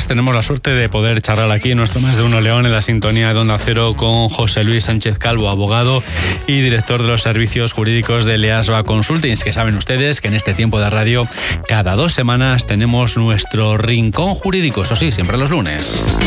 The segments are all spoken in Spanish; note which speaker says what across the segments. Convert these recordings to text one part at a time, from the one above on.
Speaker 1: semanas tenemos la suerte de poder charlar aquí en nuestro Más de Uno León, en la sintonía de Onda Cero, con José Luis Sánchez Calvo, abogado y director de los servicios jurídicos de Leasba Consultings, que saben ustedes que en este tiempo de radio cada 2 semanas tenemos nuestro rincón jurídico, eso sí, siempre los lunes.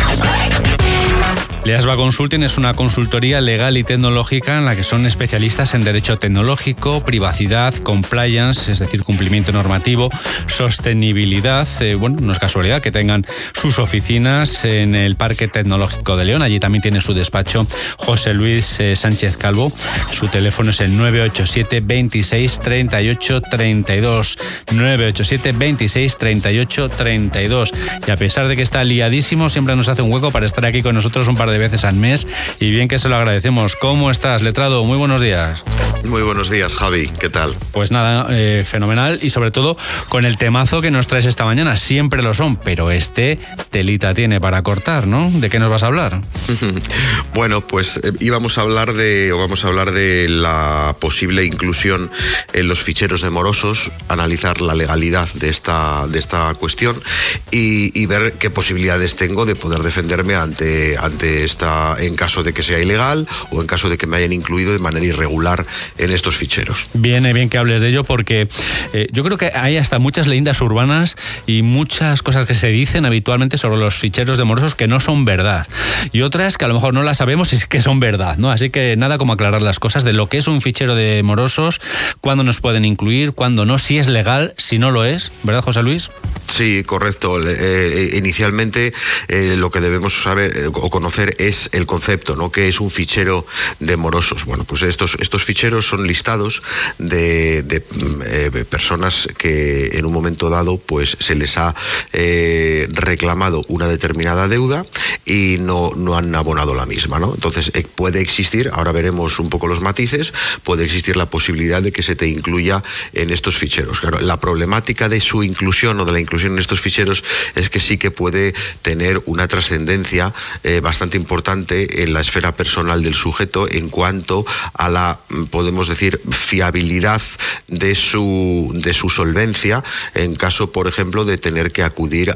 Speaker 1: Leasba Consulting es una consultoría legal y tecnológica en la que son especialistas en derecho tecnológico, privacidad, compliance, es decir, cumplimiento normativo, sostenibilidad. No es casualidad que tengan sus oficinas en el Parque Tecnológico de León. Allí también tiene su despacho José Luis Sánchez Calvo. Su teléfono es el 987 26 38 32. 987 26 38 32. Y a pesar de que está liadísimo, siempre nos hace un hueco para estar aquí con nosotros un par de veces al mes, y bien que se lo agradecemos. ¿Cómo estás, letrado? Muy buenos días.
Speaker 2: Muy buenos días, Javi. ¿Qué tal?
Speaker 1: Pues nada, fenomenal, y sobre todo con el temazo que nos traes esta mañana. Siempre lo son, pero telita tiene para cortar, ¿no? ¿De qué nos vas a hablar?
Speaker 2: Bueno, pues vamos a hablar de la posible inclusión en los ficheros de morosos, analizar la legalidad de esta cuestión y ver qué posibilidades tengo de poder defenderme ante en caso de que sea ilegal o en caso de que me hayan incluido de manera irregular en estos ficheros.
Speaker 1: Viene bien que hables de ello, porque yo creo que hay hasta muchas leyendas urbanas y muchas cosas que se dicen habitualmente sobre los ficheros de morosos que no son verdad, y otras que a lo mejor no las sabemos y es que son verdad, ¿no? Así que nada como aclarar las cosas de lo que es un fichero de morosos, cuándo nos pueden incluir, cuándo no, si es legal, si no lo es, ¿verdad, José Luis?
Speaker 2: Sí, correcto. Inicialmente lo que debemos saber o conocer es el concepto, ¿no? ¿Qué es un fichero de morosos? Bueno, pues estos ficheros son listados de personas que en un momento dado pues se les ha reclamado una determinada deuda y no han abonado la misma, ¿no? Entonces puede existir, ahora veremos un poco los matices, puede existir la posibilidad de que se te incluya en estos ficheros. Claro, la problemática de su inclusión o de la inclusión en estos ficheros es que sí que puede tener una trascendencia bastante importante en la esfera personal del sujeto en cuanto a la, podemos decir, fiabilidad de su solvencia en caso, por ejemplo, de tener que acudir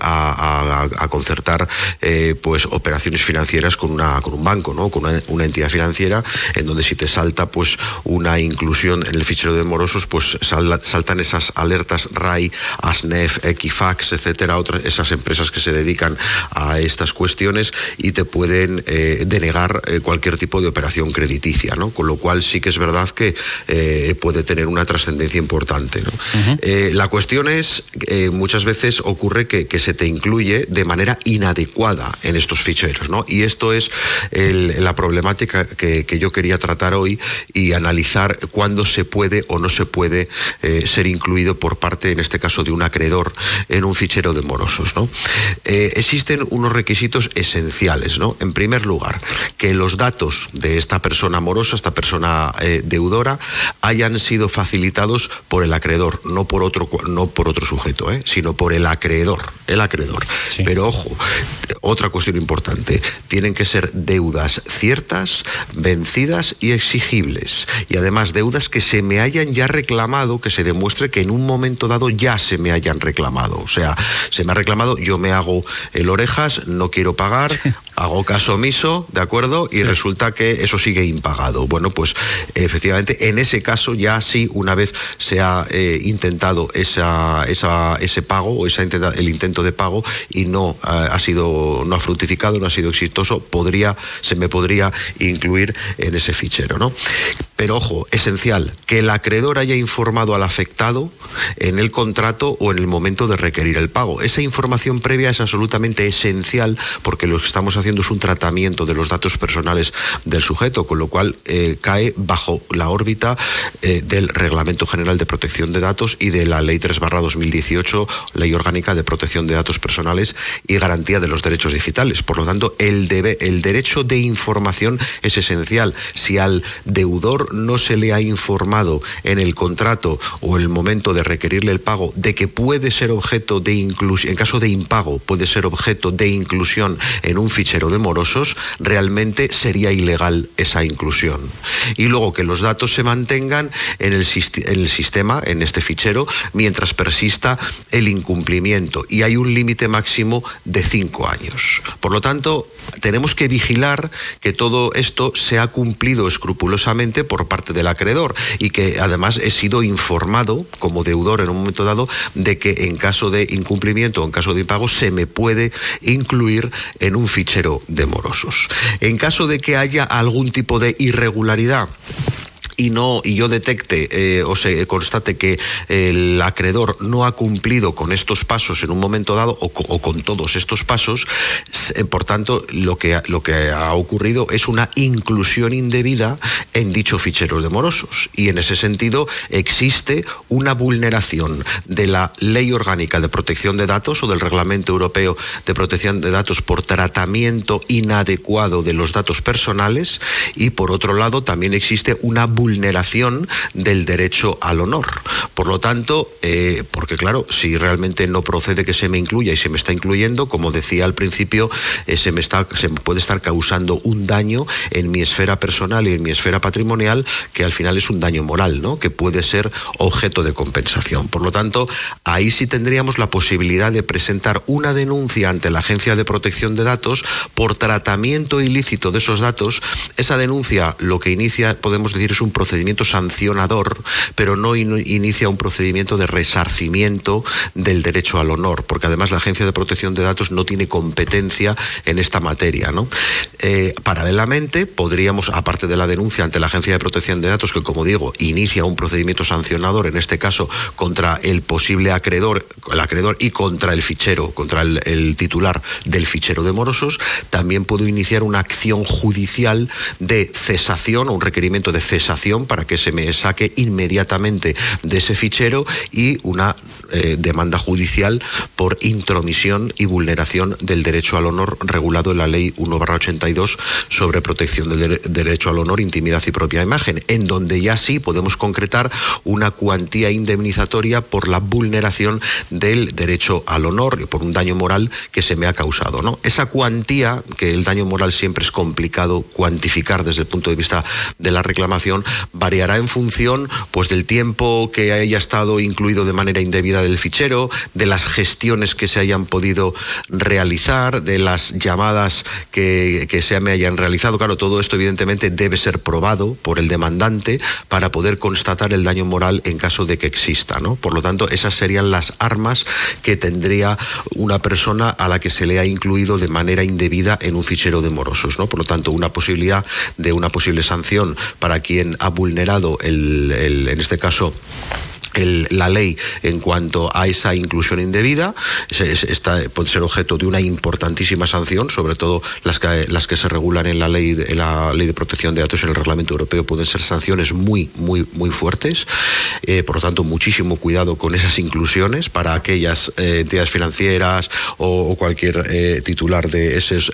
Speaker 2: a concertar pues operaciones financieras con un banco, ¿no? Con una entidad financiera, en donde si te salta pues una inclusión en el fichero de morosos, pues saltan esas alertas RAI, ASNEF, Equifax, etcétera, esas empresas que se dedican a estas cuestiones, y te pueden denegar cualquier tipo de operación crediticia, ¿no? Con lo cual sí que es verdad que puede tener una trascendencia importante, ¿no? Uh-huh. La cuestión es, muchas veces ocurre que se te incluye de manera inadecuada en estos ficheros, ¿no? Y esto es la problemática que yo quería tratar hoy y analizar cuándo se puede o no se puede ser incluido por parte, en este caso, de un acreedor en un fichero de morosos, ¿no? Existen unos requisitos esenciales, ¿no? En primer lugar, que los datos de esta persona morosa, esta persona deudora, hayan sido facilitados por el acreedor, no por otro sujeto, sino por el acreedor. Sí. Pero ojo, otra cuestión importante, tienen que ser deudas ciertas, vencidas y exigibles, y además deudas que se me hayan ya reclamado, que se demuestre que en un momento dado ya se me hayan reclamado. O sea, se me ha reclamado, yo me hago el orejas, no quiero pagar, hago caso omiso, ¿de acuerdo? Y sí, resulta que eso sigue impagado. Bueno, pues efectivamente, en ese caso ya sí, una vez se ha intentado ese pago o el intento de pago y no ha fructificado, no ha sido exitoso, se me podría incluir en ese fichero, ¿no? Pero ojo, esencial, que el acreedor haya informado al afectado en el contrato o en el momento de requerir el pago. Esa información previa es absolutamente esencial, porque lo que estamos haciendo es un tratamiento de los datos personales del sujeto, con lo cual cae bajo la órbita del Reglamento General de Protección de Datos y de la Ley 3/2018, Ley Orgánica de Protección de Datos Personales y Garantía de los Derechos Digitales. Por lo tanto, el derecho de información es esencial. Si al deudor no se le ha informado en el contrato o el momento de requerirle el pago de que puede ser objeto de inclusión, en caso de impago, puede ser objeto de inclusión en un fichero de morosos, realmente sería ilegal esa inclusión. Y luego que los datos se mantengan en el sistema, en este fichero, mientras persista el incumplimiento. Y hay un límite máximo de 5 años. Por lo tanto, tenemos que vigilar que todo esto se ha cumplido escrupulosamente por parte del acreedor y que además he sido informado como deudor en un momento dado de que en caso de incumplimiento o en caso de impago se me puede incluir en un fichero de morosos. En caso de que haya algún tipo de irregularidad y yo detecte o se constate que el acreedor no ha cumplido con estos pasos en un momento dado o con todos estos pasos, por tanto lo que ha ocurrido es una inclusión indebida en dicho fichero de morosos, y en ese sentido existe una vulneración de la Ley Orgánica de Protección de Datos o del Reglamento Europeo de Protección de Datos por tratamiento inadecuado de los datos personales, y por otro lado también existe una vulneración del derecho al honor. Por lo tanto, porque claro, si realmente no procede que se me incluya y se me está incluyendo, como decía al principio, se me puede estar causando un daño en mi esfera personal y en mi esfera patrimonial, que al final es un daño moral, ¿no?, que puede ser objeto de compensación. Por lo tanto, ahí sí tendríamos la posibilidad de presentar una denuncia ante la Agencia de Protección de Datos por tratamiento ilícito de esos datos. Esa denuncia lo que inicia, podemos decir, es un procedimiento sancionador, pero no inicia un procedimiento de resarcimiento del derecho al honor, porque además la Agencia de Protección de Datos no tiene competencia en esta materia, ¿no? Paralelamente, podríamos, aparte de la denuncia ante la Agencia de Protección de Datos, que como digo, inicia un procedimiento sancionador, en este caso contra el posible acreedor y contra el fichero, contra el titular del fichero de morosos, también puedo iniciar una acción judicial de cesación o un requerimiento de cesación para que se me saque inmediatamente de ese fichero, y una demanda judicial por intromisión y vulneración del derecho al honor regulado en la Ley 1/82 sobre protección del derecho al honor, intimidad y propia imagen, en donde ya sí podemos concretar una cuantía indemnizatoria por la vulneración del derecho al honor y por un daño moral que se me ha causado, ¿no? Esa cuantía, que el daño moral siempre es complicado cuantificar desde el punto de vista de la reclamación, variará en función pues del tiempo que haya estado incluido de manera indebida del fichero, de las gestiones que se hayan podido realizar, de las llamadas que se me hayan realizado. Claro, todo esto evidentemente debe ser probado por el demandante para poder constatar el daño moral en caso de que exista, ¿no? Por lo tanto, esas serían las armas que tendría una persona a la que se le ha incluido de manera indebida en un fichero de morosos, ¿no? Por lo tanto, una posibilidad de una posible sanción para quien ha vulnerado en este caso la ley en cuanto a esa inclusión indebida. Puede ser objeto de una importantísima sanción, sobre todo las que se regulan en la ley de protección de datos, en el Reglamento Europeo, pueden ser sanciones muy fuertes. Por lo tanto, muchísimo cuidado con esas inclusiones para aquellas entidades financieras o cualquier titular de esos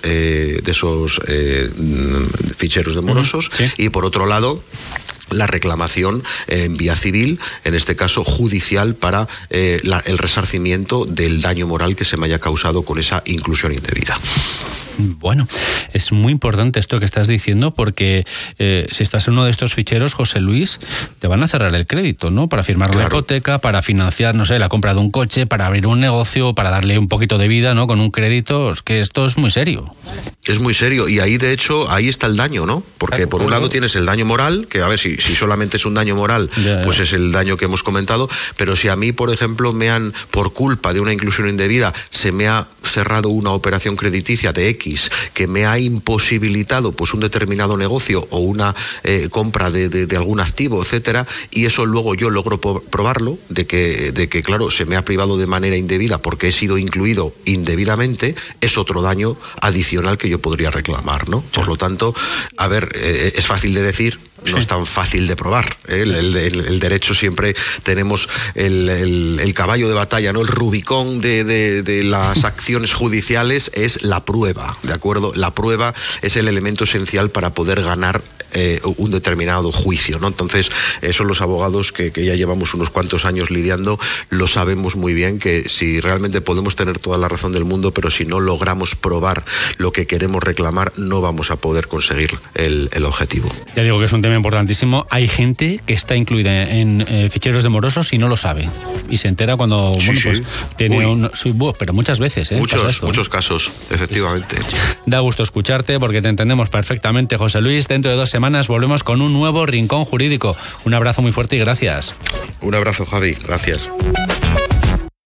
Speaker 2: ficheros de morosos. Sí. Y por otro lado, la reclamación en vía civil, en este caso judicial, para el resarcimiento del daño moral que se me haya causado con esa inclusión indebida.
Speaker 1: Bueno, es muy importante esto que estás diciendo, porque si estás en uno de estos ficheros, José Luis, te van a cerrar el crédito, ¿no? Para firmar una hipoteca, para financiar, no sé, la compra de un coche, para abrir un negocio, para darle un poquito de vida, ¿no?, con un crédito. Es que esto es muy serio.
Speaker 2: Es muy serio, y ahí de hecho, ahí está el daño, ¿no? Porque por un lado tienes el daño moral, que a ver, si solamente es un daño moral, pues es el daño que hemos comentado, pero si a mí, por ejemplo, por culpa de una inclusión indebida, se me ha cerrado una operación crediticia de X, que me ha imposibilitado pues un determinado negocio o una compra de algún activo, etcétera, y eso luego yo logro probarlo, de que claro, se me ha privado de manera indebida porque he sido incluido indebidamente, es otro daño adicional que yo podría reclamar, ¿no? Por lo tanto, a ver, es fácil de decir, no es tan fácil de probar, ¿eh? El derecho siempre tenemos el caballo de batalla, ¿no? El Rubicón de las acciones judiciales es la prueba, ¿de acuerdo? La prueba es el elemento esencial para poder ganar un determinado juicio, ¿no? Entonces, son los abogados que ya llevamos unos cuantos años lidiando, lo sabemos muy bien, que si realmente podemos tener toda la razón del mundo, pero si no logramos probar lo que queremos reclamar, no vamos a poder conseguir el objetivo.
Speaker 1: Ya digo que es un tema importantísimo. Hay gente que está incluida en ficheros de morosos y no lo sabe. Y se entera cuando, tiene pero muchas veces,
Speaker 2: muchos casos, efectivamente.
Speaker 1: Da gusto escucharte porque te entendemos perfectamente, José Luis. Dentro de 2 semanas volvemos con un nuevo Rincón Jurídico. Un abrazo muy fuerte y gracias.
Speaker 2: Un abrazo, Javi. Gracias.